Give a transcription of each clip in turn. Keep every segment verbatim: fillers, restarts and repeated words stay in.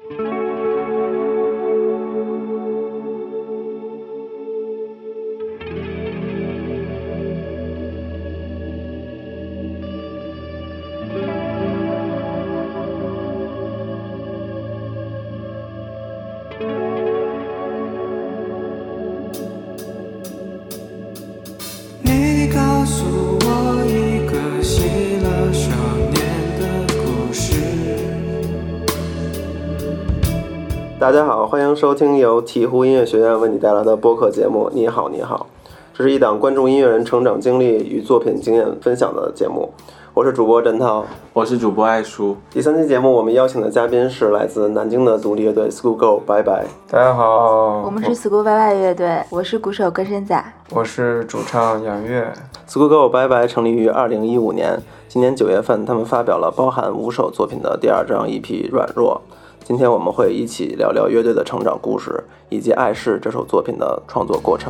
大家好，欢迎收听由鹈鹕音乐学院为你带来的播客节目你好你好，这是一档关注音乐人成长经历与作品经验分享的节目。我是主播郑涛， 我是主播爱书。 第三期节目我们邀请的嘉宾是来自南京的独立乐队 School Girl 拜拜。 大家好， 我们是 School 拜拜乐队，我是鼓手根生仔， 我是主唱杨越。 School Girl 拜拜成立于二零一五年，今年九月份他们发表了包含五首作品的第二张 E P 软弱。今天我们会一起聊聊乐队的成长故事，以及《爱是》这首作品的创作过程。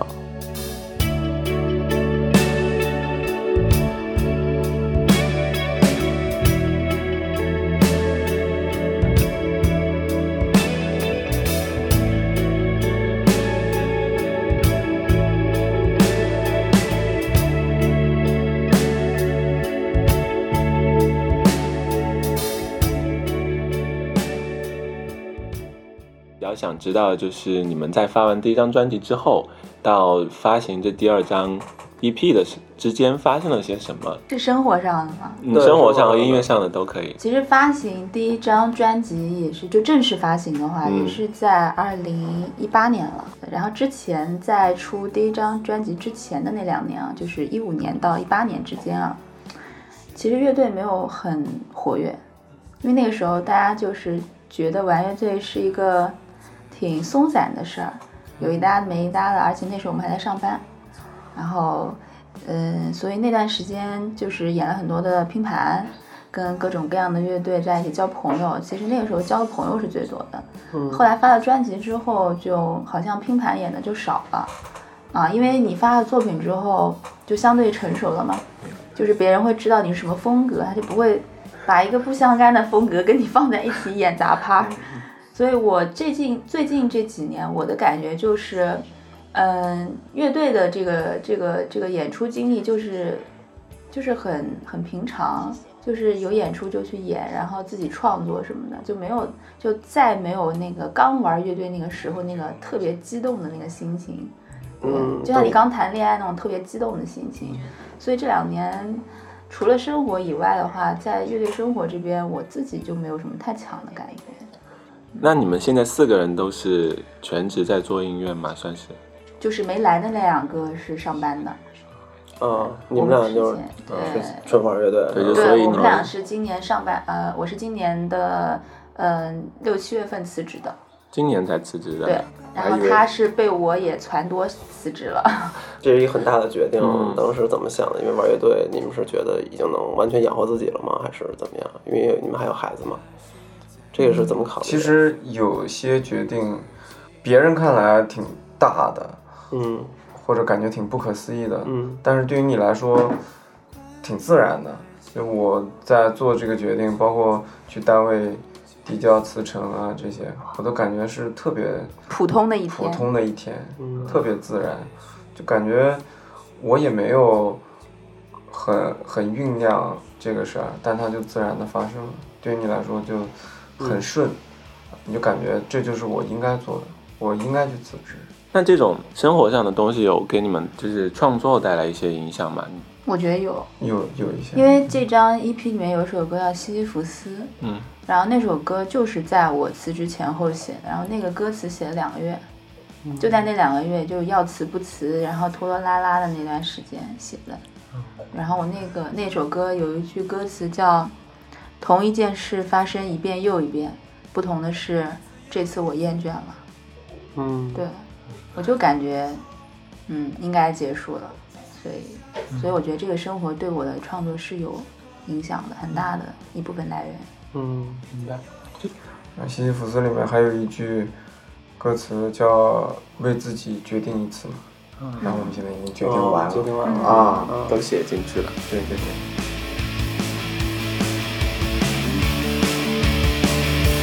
比较想知道的就是你们在发完第一张专辑之后到发行这第二张 E P 的之间发生了些什么？ 是生活上的吗？ 嗯，生活上和音乐上的都可以。 其实发行第一张专辑也是就正式发行的话、嗯、也是在二零一八年了，然后之前在出第一张专辑之前的那两年啊，就是一五年到一八年之间啊，其实乐队没有很活跃，因为那个时候大家就是觉得玩乐队是一个挺松散的事儿，有一搭没一搭的，而且那时候我们还在上班，然后嗯，所以那段时间就是演了很多的拼盘，跟各种各样的乐队在一起交朋友，其实那个时候交的朋友是最多的、嗯、后来发了专辑之后就好像拼盘演的就少了啊，因为你发了作品之后就相对成熟了嘛，就是别人会知道你是什么风格，他就不会把一个不相干的风格跟你放在一起演杂趴。所以我最近最近这几年我的感觉就是，嗯，乐队的这个这个这个演出经历就是就是很很平常，就是有演出就去演，然后自己创作什么的，就没有就再没有那个刚玩乐队那个时候那个特别激动的那个心情，嗯，就像你刚谈恋爱那种特别激动的心情。所以这两年除了生活以外的话，在乐队生活这边我自己就没有什么太强的感觉。 那你们现在四个人都是全职在做音乐吗？算是， 就是没来的那两个是上班的。 嗯，你们俩就是对纯玩乐队。 对， 对， 所以我们俩是今年上班，呃，我是今年的呃六七月份辞职的。 今年才辞职的。 对，然后他是被我也撺掇辞职了。 这是一个很大的决定，嗯、当时怎么想的？因为玩乐队，你们是觉得已经能完全养活自己了吗？还是怎么样？因为你们还有孩子嘛。这个是怎么考虑的？ 其实有些决定别人看来挺大的，嗯，或者感觉挺不可思议的，嗯，但是对于你来说挺自然的。就我在做这个决定，包括去单位递交辞呈啊这些，我都感觉是特别普通的一天， 普通的一天，嗯，特别自然，就感觉我也没有很很酝酿这个事儿，但它就自然的发生了。对于你来说就很顺、嗯、你就感觉这就是我应该做的，我应该去辞职。 那这种生活上的东西有给你们就是创作带来一些影响吗？ 我觉得有有有一些， 因为这张 E P 里面有一首歌叫西西弗斯，嗯，然后那首歌就是在我辞职前后写的，然后那个歌词写了两个月、嗯、就在那两个月就要辞不辞，然后拖拖拉拉的那段时间写的。然后我那个那首歌有一句歌词叫同一件事发生一遍又一遍，不同的是这次我厌倦了。嗯，对，我就感觉嗯应该结束了，所以所以我觉得这个生活对我的创作是有影响的，很大的一部分来源。 嗯，明白。西西弗斯里面还有一句歌词叫为自己决定一次嘛，嗯，然后我们现在已经决定完了， 决定完了啊，都写进去了。 对对对。 是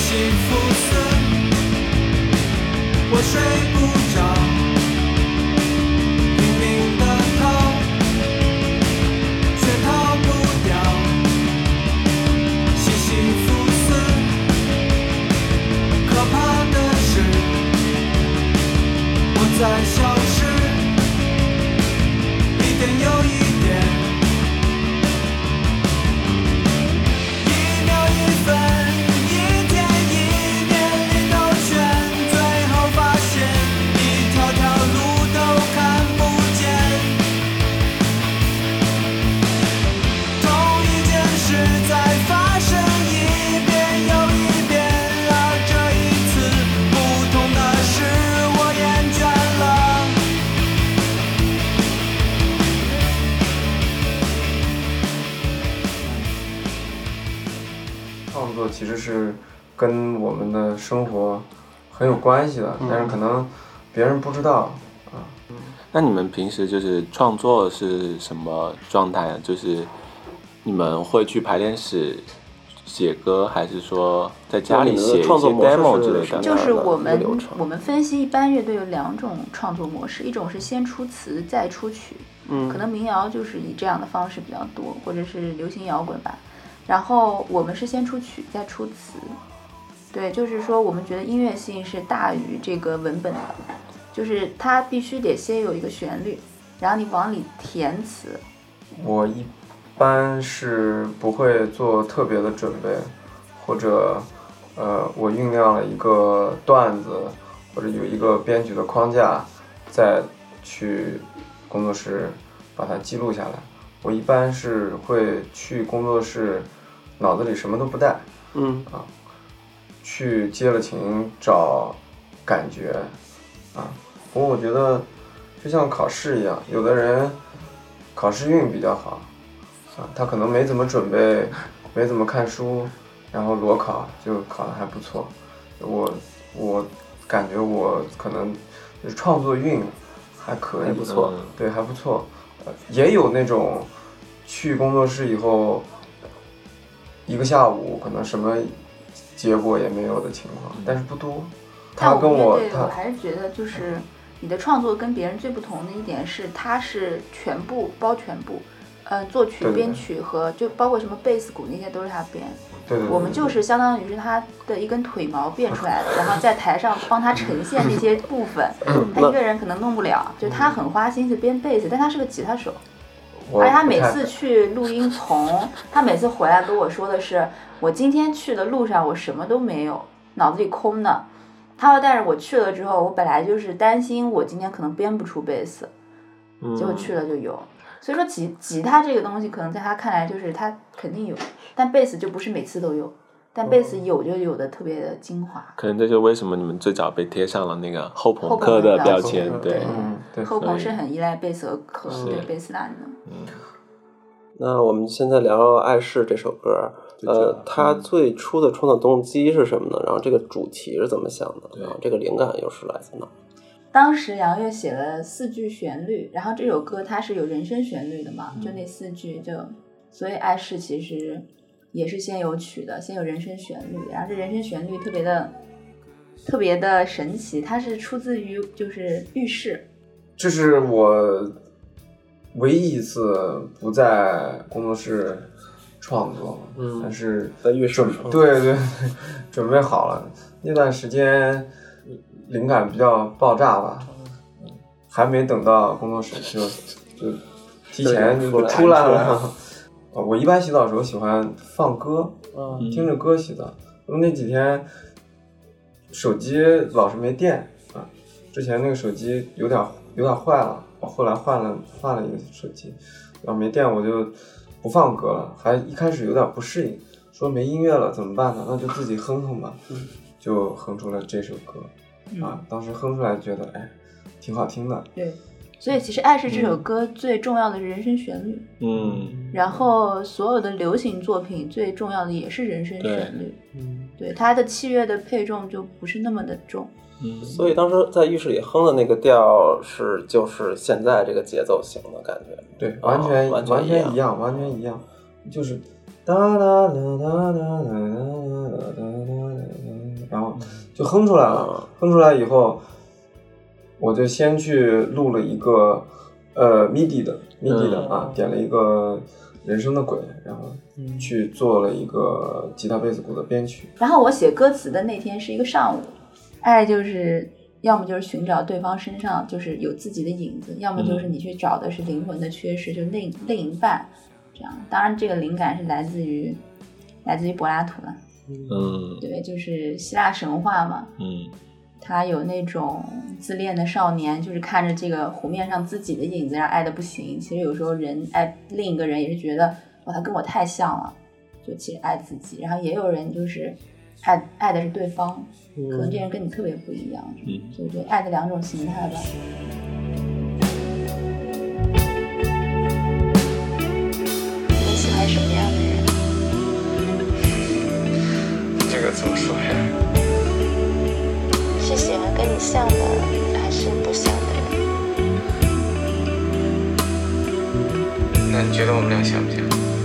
西弗斯，我睡不着，拼命的逃，却逃不掉。西西弗斯，可怕的是，我在消失，一点又一点。 其实是跟我们的生活很有关系的，但是可能别人不知道啊。 那你们平时就是创作是什么状态啊？就是你们会去排练室写歌，还是说在家里写一些 demo 之类的？ 就是我们我们分析一般乐队有两种创作模式，一种是先出词再出曲，嗯，可能民谣就是以这样的方式比较多，或者是流行摇滚吧。然后我们是先出曲再出词，对，就是说我们觉得音乐性是大于这个文本的，就是它必须得先有一个旋律，然后你往里填词。 我一般是不会做特别的准备，或者呃我酝酿了一个段子，或者有一个编曲的框架，再去工作室把它记录下来。我一般是会去工作室，脑子里什么都不带， 嗯啊，去接了琴找感觉，啊，不过我觉得就像考试一样，有的人考试运比较好，啊，他可能没怎么准备，没怎么看书，然后裸考就考得还不错。我我感觉我可能就是创作运还可以， 还不错， 对，还不错。呃，也有那种去工作室以后一个下午可能什么结果也没有的情况，但是不多。他跟我， 对，我还是觉得就是你的创作跟别人最不同的一点是，他是全部包全部，呃，作曲、编曲和就包括什么贝斯、鼓那些都是他编。 对对对。 我们就是相当于是他的一根腿毛变出来的，然后在台上帮他呈现那些部分。他一个人可能弄不了，就他很花心思编贝斯，但他是个吉他手。而且他每次去录音棚，他每次回来跟我说的是，我今天去的路上我什么都没有，脑子里空的。他说，但是我去了之后，我本来就是担心我今天可能编不出贝斯，结果去了就有。所以说吉吉他这个东西可能在他看来就是他肯定有，但贝斯就不是每次都有，但贝斯有就有的特别的精华。 可能这就是为什么你们最早被贴上了那个后朋克的标签， 对， 对， 后朋是很依赖贝斯和对贝斯兰的。 嗯， 那我们现在聊聊《爱是》这首歌，呃，它最初的创作动机是什么呢？然后这个主题是怎么想的？然后这个灵感又是来自哪？ 当时杨越写了四句旋律，然后这首歌它是有人声旋律的嘛，就那四句就，所以爱是其实也是先有曲的，先有人声旋律，然后这人声旋律特别的特别的神奇，它是出自于就是浴室。 这是我唯一一次不在工作室创作， 嗯， 但是在浴室准对对对准备好了，那段时间灵感比较爆炸吧，还没等到工作室就就提前就出来了。我一般洗澡的时候喜欢放歌， 嗯， 听着歌洗澡。因为那几天手机老是没电啊，之前那个手机有点有点坏了，我后来换了换了一个手机，然后没电我就不放歌了，还一开始有点不适应，说没音乐了怎么办呢？那就自己哼哼吧，就哼出了这首歌。 嗯、 啊，当时哼出来觉得哎，挺好听的。 对，所以其实《爱是》这首歌最重要的是人声旋律， 嗯， 然后所有的流行作品最重要的也是人声旋律， 嗯， 对，它的器乐的配重就不是那么的重。 嗯， 所以当时在浴室里哼的那个调是就是现在这个节奏型的感觉， 对，完全、 哦、完全一样，完全一样，就是哒啦啦啦啦啦啦啦啦啦啦。 哼出来了，哼出来以后，我就先去录了一个呃 M I D I 的 M I D I 的、嗯、啊，点了一个人生的轨，然后去做了一个吉他贝斯鼓的编曲。 然后我写歌词的那天是一个上午，爱就是要么就是寻找对方身上就是有自己的影子，要么就是你去找的是灵魂的缺失，就另另一半这样。当然这个灵感是来自于来自于柏拉图了。 嗯， 对，就是希腊神话嘛。 嗯， 他有那种自恋的少年，就是看着这个湖面上自己的影子，然后爱的不行。其实有时候人爱另一个人也是觉得，哇，他跟我太像了，就其实爱自己。然后也有人就是爱爱的是对方，嗯、可能这人跟你特别不一样。嗯，所以就爱的两种形态吧。你喜欢什么样的人？ 这个怎么说呀？ 是喜欢跟你像的还是不像的人？ 那你觉得我们俩像不像？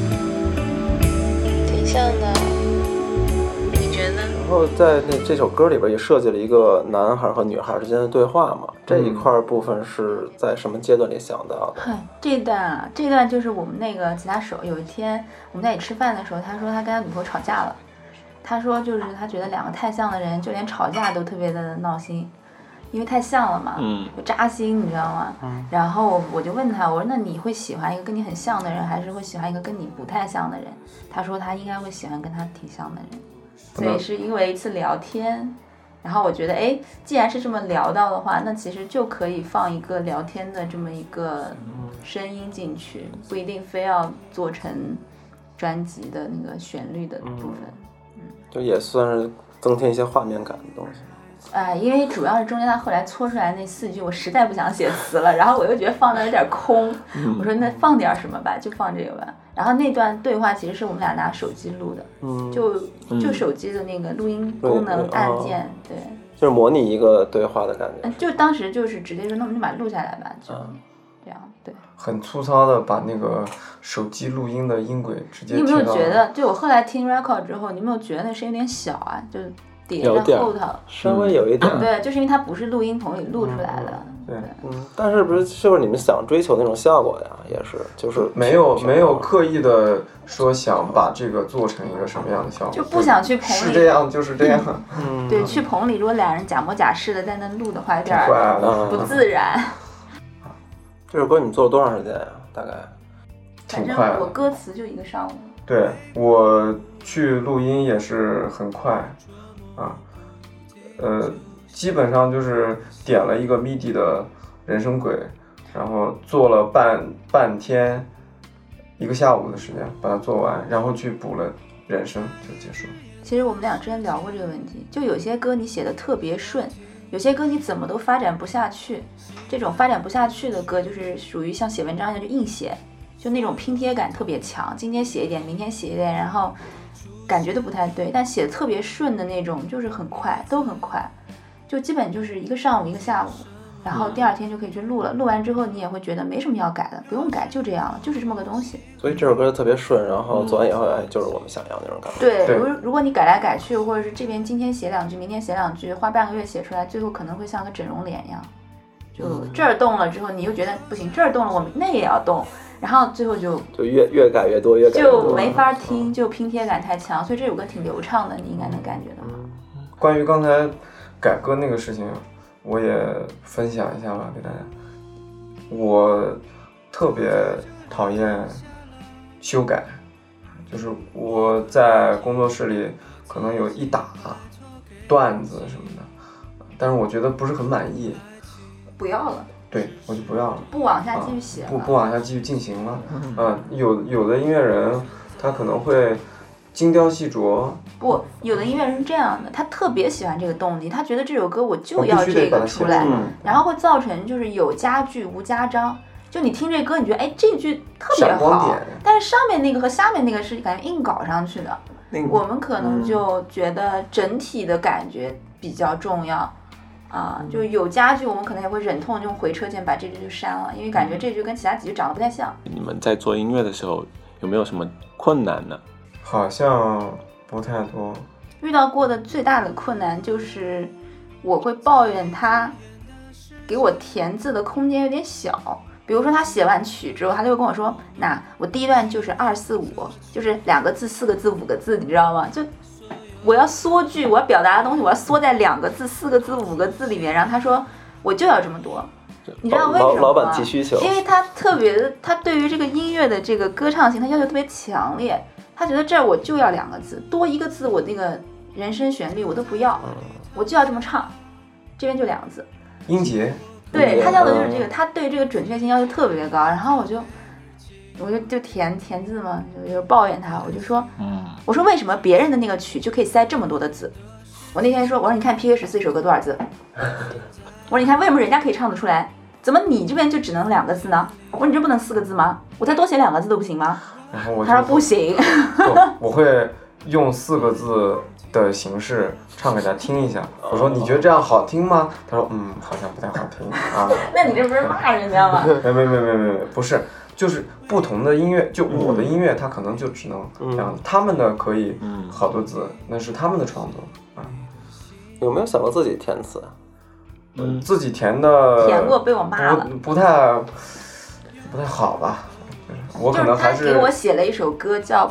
挺像的，你觉得？ 然后在那这首歌里边也设计了一个男孩和女孩之间的对话嘛，这一块部分是在什么阶段里想到的？ 嗯、这一段啊，这一段就是我们那个吉他手有一天我们在一起吃饭的时候，他说他跟他女朋友吵架了。他说就是他觉得两个太像的人就连吵架都特别的闹心，因为太像了嘛， 嗯， 就扎心，你知道吗？嗯，然后我就问他，我说那你会喜欢一个跟你很像的人，还是会喜欢一个跟你不太像的人？他说他应该会喜欢跟他挺像的人，所以是因为一次聊天，然后我觉得哎，既然是这么聊到的话，那其实就可以放一个聊天的这么一个声音进去，不一定非要做成专辑的那个旋律的部分。嗯就也算是增添一些画面感的东西。 哎、呃，因为主要是中间他后来搓出来那四句，我实在不想写词了，然后我又觉得放那有点空，我说那放点什么吧，就放这个吧。然后那段对话其实是我们俩拿手机录的，嗯，就就手机的那个录音功能按键，嗯、对， 就是模拟一个对话的感觉。 就当时就是直接说，那我们就把它录下来吧，就。嗯这样对， 很粗糙的把那个手机录音的音轨直接贴到。 你有没有觉得，就我后来听 record 之后，你有没有觉得那声音有点小啊？就叠在后头， 稍微有一点。 嗯、对，就是因为它不是录音棚里录出来的。 嗯、对， 嗯，但是不是就是你们想追求那种效果呀？也是，就是没有没有刻意的说想把这个做成一个什么样的效果， 就不想去棚里。 是这样，就是这样。 嗯，对，去棚里，如果俩人假模假式的在那录的话，有点不自然。 这首歌你们做了多长时间呀？大概？ 挺快的。 反正我歌词就一个上午。 对，我去录音也是很快，啊，呃，基本上就是点了一个 M I D I 的人声轨，然后做了半半天，一个下午的时间把它做完，然后去补了人声就结束。 其实我们俩之前聊过这个问题，就有些歌你写的特别顺。有些歌你怎么都发展不下去，这种发展不下去的歌就是属于像写文章一样就硬写，就那种拼贴感特别强，今天写一点明天写一点，然后感觉都不太对，但写的特别顺的那种就是很快，都很快，就基本就是一个上午一个下午，然后第二天就可以去录了，录完之后你也会觉得没什么要改的，不用改，就这样了，就是这么个东西。 所以这首歌特别顺，然后做完以后哎，就是我们想要那种感觉。 对，如如果你改来改去，或者是这边今天写两句，明天写两句，花半个月写出来，最后可能会像个整容脸一样，就这儿动了之后，你又觉得不行，这儿动了，我们那也要动，然后最后就就越越改越多，越改越多， 就没法听，就拼贴感太强，所以这首歌挺流畅的，你应该能感觉到。 关于刚才改歌那个事情，我也分享一下吧，给大家。我特别讨厌修改，就是我在工作室里可能有一打段子什么的，但是我觉得不是很满意， 不要了。 对，我就不要了， 不往下继续写了、 啊、不不往下继续进行了。嗯、啊，有有的音乐人他可能会精雕细琢， 不，有的音乐人是这样的，他特别喜欢这个动力，他觉得这首歌我就要这个出来， 嗯、 然后会造成就是有加句无加章。就你听这歌，你觉得哎这句特别好，但是上面那个和下面那个是感觉硬搞上去的。嗯、我们可能就觉得整体的感觉比较重要。啊，就有加句，我们可能也会忍痛用回车键把这句就删了，因为感觉这句跟其他几句长得不太像。 你们在做音乐的时候有没有什么困难呢？ 好像不太多。 遇到过的最大的困难就是我会抱怨他给我填字的空间有点小。比如说他写完曲之后，他就会跟我说，那我第一段就是二四五，就是两个字四个字五个字，你知道吗？就我要缩句，我要表达的东西我要缩在两个字四个字五个字里面，然后他说我就要这么多。你知道为什么吗？ 老板急需求， 因为他特别的，他对于这个音乐的这个歌唱性，他要求特别强烈。他觉得这儿我就要两个字，多一个字我那个人声旋律我都不要，我就要这么唱，这边就两个字， 音节。 对，他要的就是这个，他对这个准确性要求特别高。然后我就我就就填填字嘛，就就抱怨他，我就说，嗯，我说为什么别人的那个曲就可以塞这么多的字？我那天说，我说你看 P K 十四一首歌多少字？我说你看为什么人家可以唱得出来，怎么你这边就只能两个字呢？我说你这不能四个字吗？我再多写两个字都不行吗？ 然后我他说不行， 我会用四个字的形式唱给他听一下。我说你觉得这样好听吗？他说嗯，好像不太好听啊。 那你这不是骂人家吗？ 没没没没没没，不是，就是不同的音乐，就我的音乐，它可能就只能这样，嗯、他们的可以好多字，那是他们的创作啊。 有没有想过自己填词？ 嗯，自己填的填过被我骂了， 不不太不太好吧？我可能还是就是他给我写了一首歌叫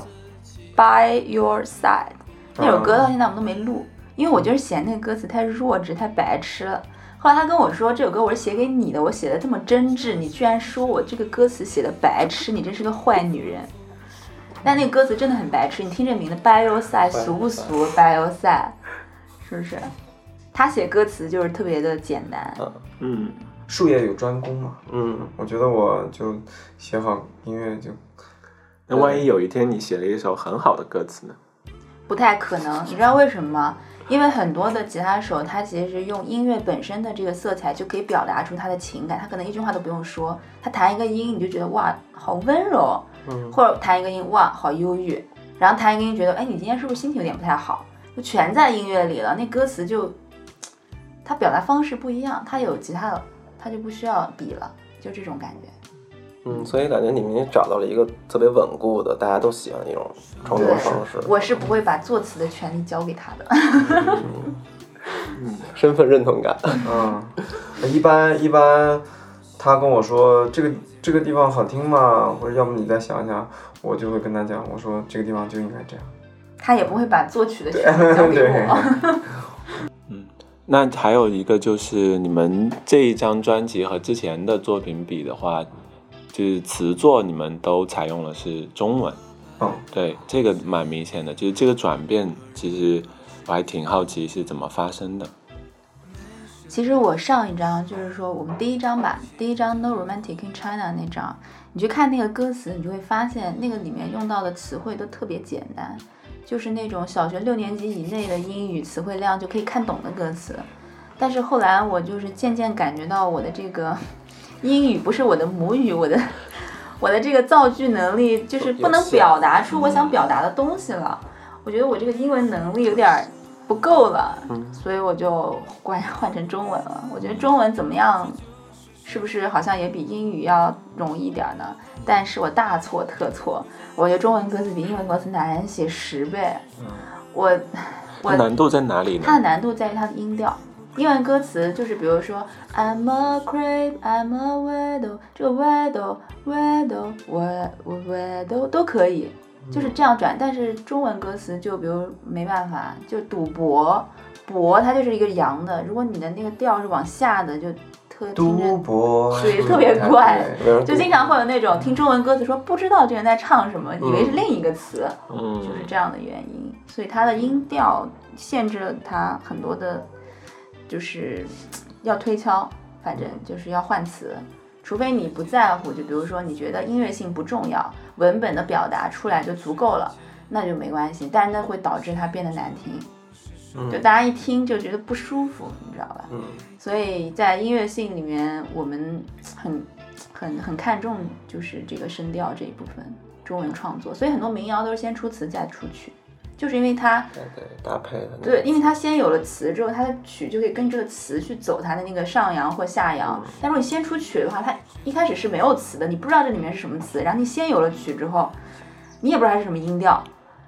By Your Side， 那首歌到现在我们都没录，因为我就是嫌那个歌词太弱智太白痴了。后来他跟我说这首歌我是写给你的，我写的这么真挚，你居然说我这个歌词写的白痴，你真是个坏女人。但那个歌词真的很白痴，你听这名字 By Your Side 俗不俗？ By Your Side 是不是？他写歌词就是特别的简单。 嗯，术业有专攻嘛。嗯，我觉得我就写好音乐就。 那万一有一天你写了一首很好的歌词呢？ 不太可能，你知道为什么吗？因为很多的吉他手他其实用音乐本身的这个色彩就可以表达出他的情感，他可能一句话都不用说，他弹一个音你就觉得哇好温柔，嗯，或者弹一个音哇好忧郁，然后弹一个音觉得哎你今天是不是心情有点不太好，就全在音乐里了。那歌词就他表达方式不一样，他有吉他了他就不需要笔了，就这种感觉。 嗯，所以感觉你们也找到了一个特别稳固的大家都喜欢的一种创作方式。 我是不会把作词的权利交给他的。 嗯嗯、身份认同感。 嗯，一般一般他跟我说这个这个地方好听吗？或者要不你再想想，我就会跟他讲，我说这个地方就应该这样。 他也不会把作曲的权利交给我。 嗯，那还有一个就是你们这一张专辑和之前的作品比的话，就是词作你们都采用了是中文。 嗯， 对，这个蛮明显的，就是这个转变其实我还挺好奇是怎么发生的。 其实我上一张就是说我们第一张吧，第一张 No Romantic in China 那张，你去看那个歌词，你就会发现那个里面用到的词汇都特别简单，就是那种小学六年级以内的英语词汇量就可以看懂的歌词。但是后来我就是渐渐感觉到我的这个英语不是我的母语，我的我的这个造句能力就是不能表达出我想表达的东西了。我觉得我这个英文能力有点不够了，所以我就换换成中文了。我觉得中文怎么样，是不是好像也比英语要容易一点呢？但是我大错特错，我觉得中文歌词比英文歌词难写十倍。我我它难度在哪里呢？ 它的难度在于它的音调。英文歌词就是比如说 I'm a creep, I'm a widow， 这个 widow widow widow 都可以，就是这样转。但是中文歌词就比如没办法，就赌博博它就是一个阳的，如果你的那个调是往下的，就特听着对特别怪，就经常会有那种听中文歌词说不知道这人在唱什么，以为是另一个词，嗯，就是这样的原因。所以它的音调限制了它很多的。就是要推敲，反正就是要换词，除非你不在乎，就比如说你觉得音乐性不重要，文本的表达出来就足够了，那就没关系，但是那会导致它变得难听，嗯、就大家一听就觉得不舒服，你知道吧？嗯，所以在音乐性里面，我们很很很看重就是这个声调这一部分，中文创作，所以很多民谣都是先出词再出曲。就是因为它对搭配的对，因为它先有了词之后，它的曲就可以跟这个词去走它的那个上扬或下扬。嗯、但如果你先出曲的话，它一开始是没有词的，你不知道这里面是什么词，然后你先有了曲之后，你也不知道它是什么音调，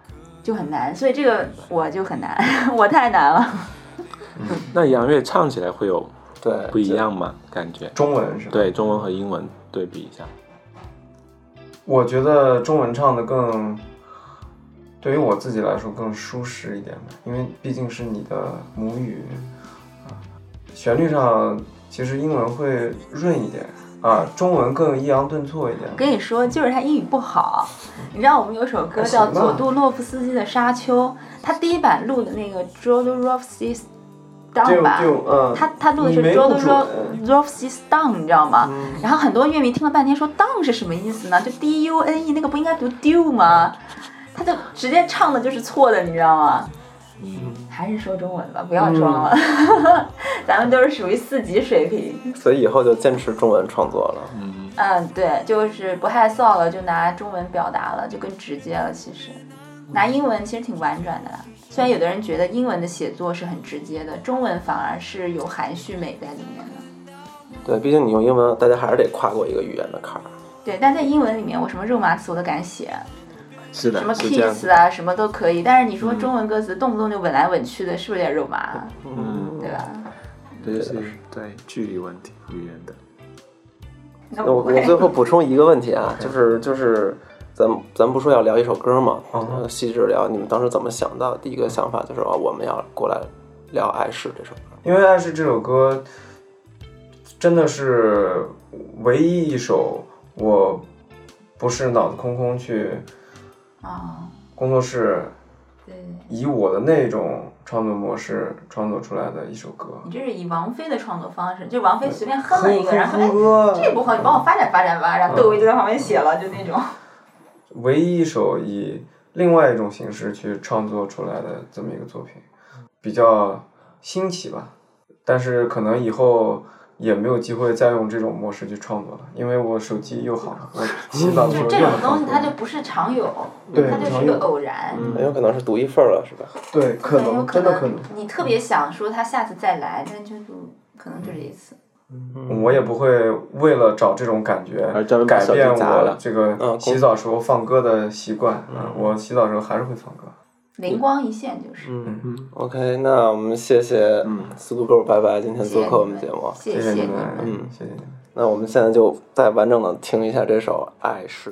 就很难，所以这个我就很难，我太难了。 嗯、那杨越唱起来会有对不一样吗？感觉中文是吧？ 对，中文和英文对比一下。 我觉得中文唱的更，对于我自己来说更舒适一点吧，因为毕竟是你的母语啊。旋律上其实英文会润一点啊，中文更抑扬顿挫一点。 我跟你说，就是他英语不好。你知道我们有首歌叫佐杜洛夫斯基的《沙丘》，他第一版录的那个 Jodorowsky Down 吧， 嗯、 他他录的是 Jodorowsky Down， 你知道吗、嗯？然后很多乐迷听了半天说 Down 是什么意思呢？就 D U N E 那个不应该读 do 吗？他就直接唱的就是错的，你知道吗？嗯，还是说中文吧，不要装了，嗯、咱们都是属于四级水平， 所以以后就坚持中文创作了。 嗯嗯，对，就是不害臊了，就拿中文表达了，就更直接了。其实拿英文其实挺婉转的啦，虽然有的人觉得英文的写作是很直接的，中文反而是有含蓄美在里面的。 对，毕竟你用英文，大家还是得跨过一个语言的坎儿。 对，但在英文里面，我什么肉麻词我都敢写。 是的， 什么 kiss 啊，什么都可以，但是你说中文歌词、嗯、动不动就吻来吻去的，是不是有点肉麻？ 嗯， 对吧？ 这是对距离问题，语言的。 那我我最后补充一个问题啊，就是就是咱咱不说要聊一首歌嘛， 嗯、 细致聊你们当时怎么想到？第一个想法就是哦，我们要过来聊《爱是》这首歌， 因为《爱是》这首歌真的是唯一一首我不是脑子空空去。 啊， 工作室对以我的那种创作模式创作出来的一首歌。 你这是以王菲的创作方式，就王菲随便哼了一个，然后说哎这不好，你帮我发展发展吧，然后窦唯就在旁边写了，就那种。 唯一一首以另外一种形式去创作出来的这么一个作品，比较新奇吧。但是可能以后也没有机会再用这种模式去创作了，因为我手机又好，我洗澡的时候这种东西它就不是常有， 对， 它就是个偶然， 很有可能是独一份了，是吧？ 对，可能真的可能。 你特别想说他下次再来，但就可能就这一次。 嗯，我也不会为了找这种感觉改变我这个洗澡时候放歌的习惯。嗯，我洗澡时候还是会放歌。 灵光一现就是。 嗯嗯 OK， 那我们谢谢司徒狗拜拜今天做客我们节目， 谢谢你们， 嗯， 谢谢你们。 那我们现在就再完整的听一下这首《爱是》。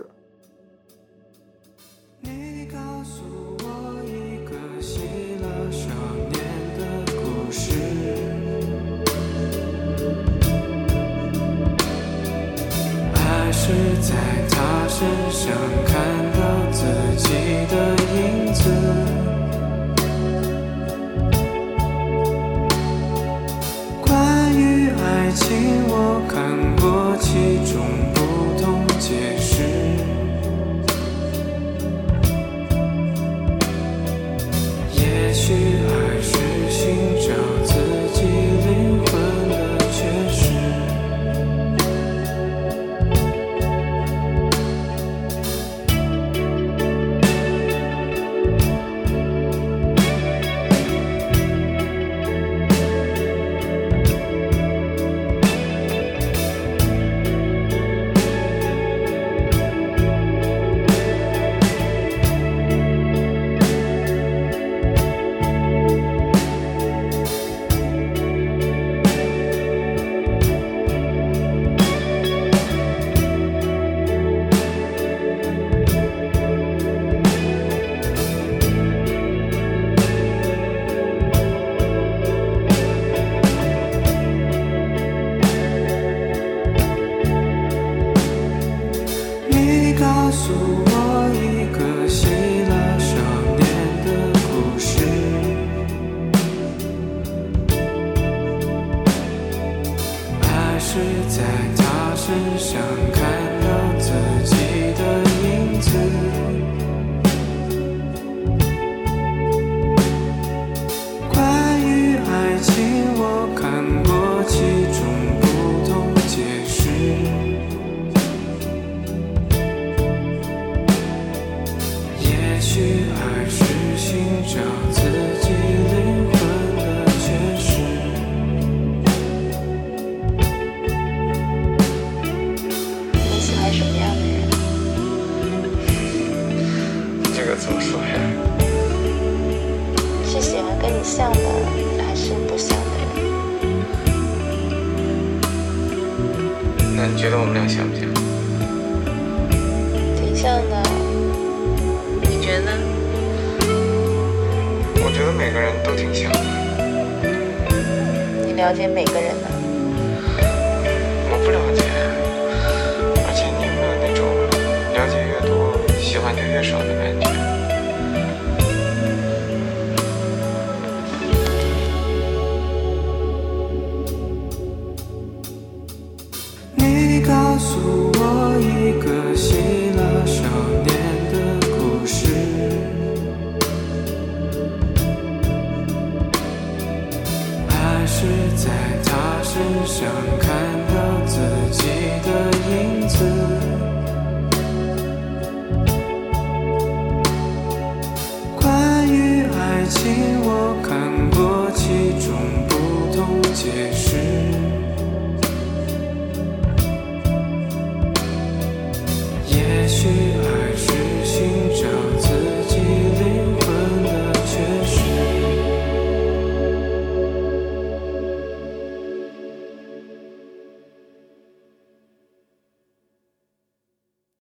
你告诉我一个希腊少年的故事，爱是在他身上看到自己的影子。关于爱情，我看过其中不同解释。也许爱是寻找自己灵魂的缺失。 欢跟你像的还是不像的人？ 那你觉得我们俩像不像？ 挺像的，你觉得呢？ 我觉得每个人都挺像的。 你了解每个人吗？ 我不了解，而且你有没有那种了解越多喜欢就越少的感觉？ 你告诉我一个希腊少年的故事，还是在他身上看到自己的影子？关于爱情，我看过七种不同解释。也许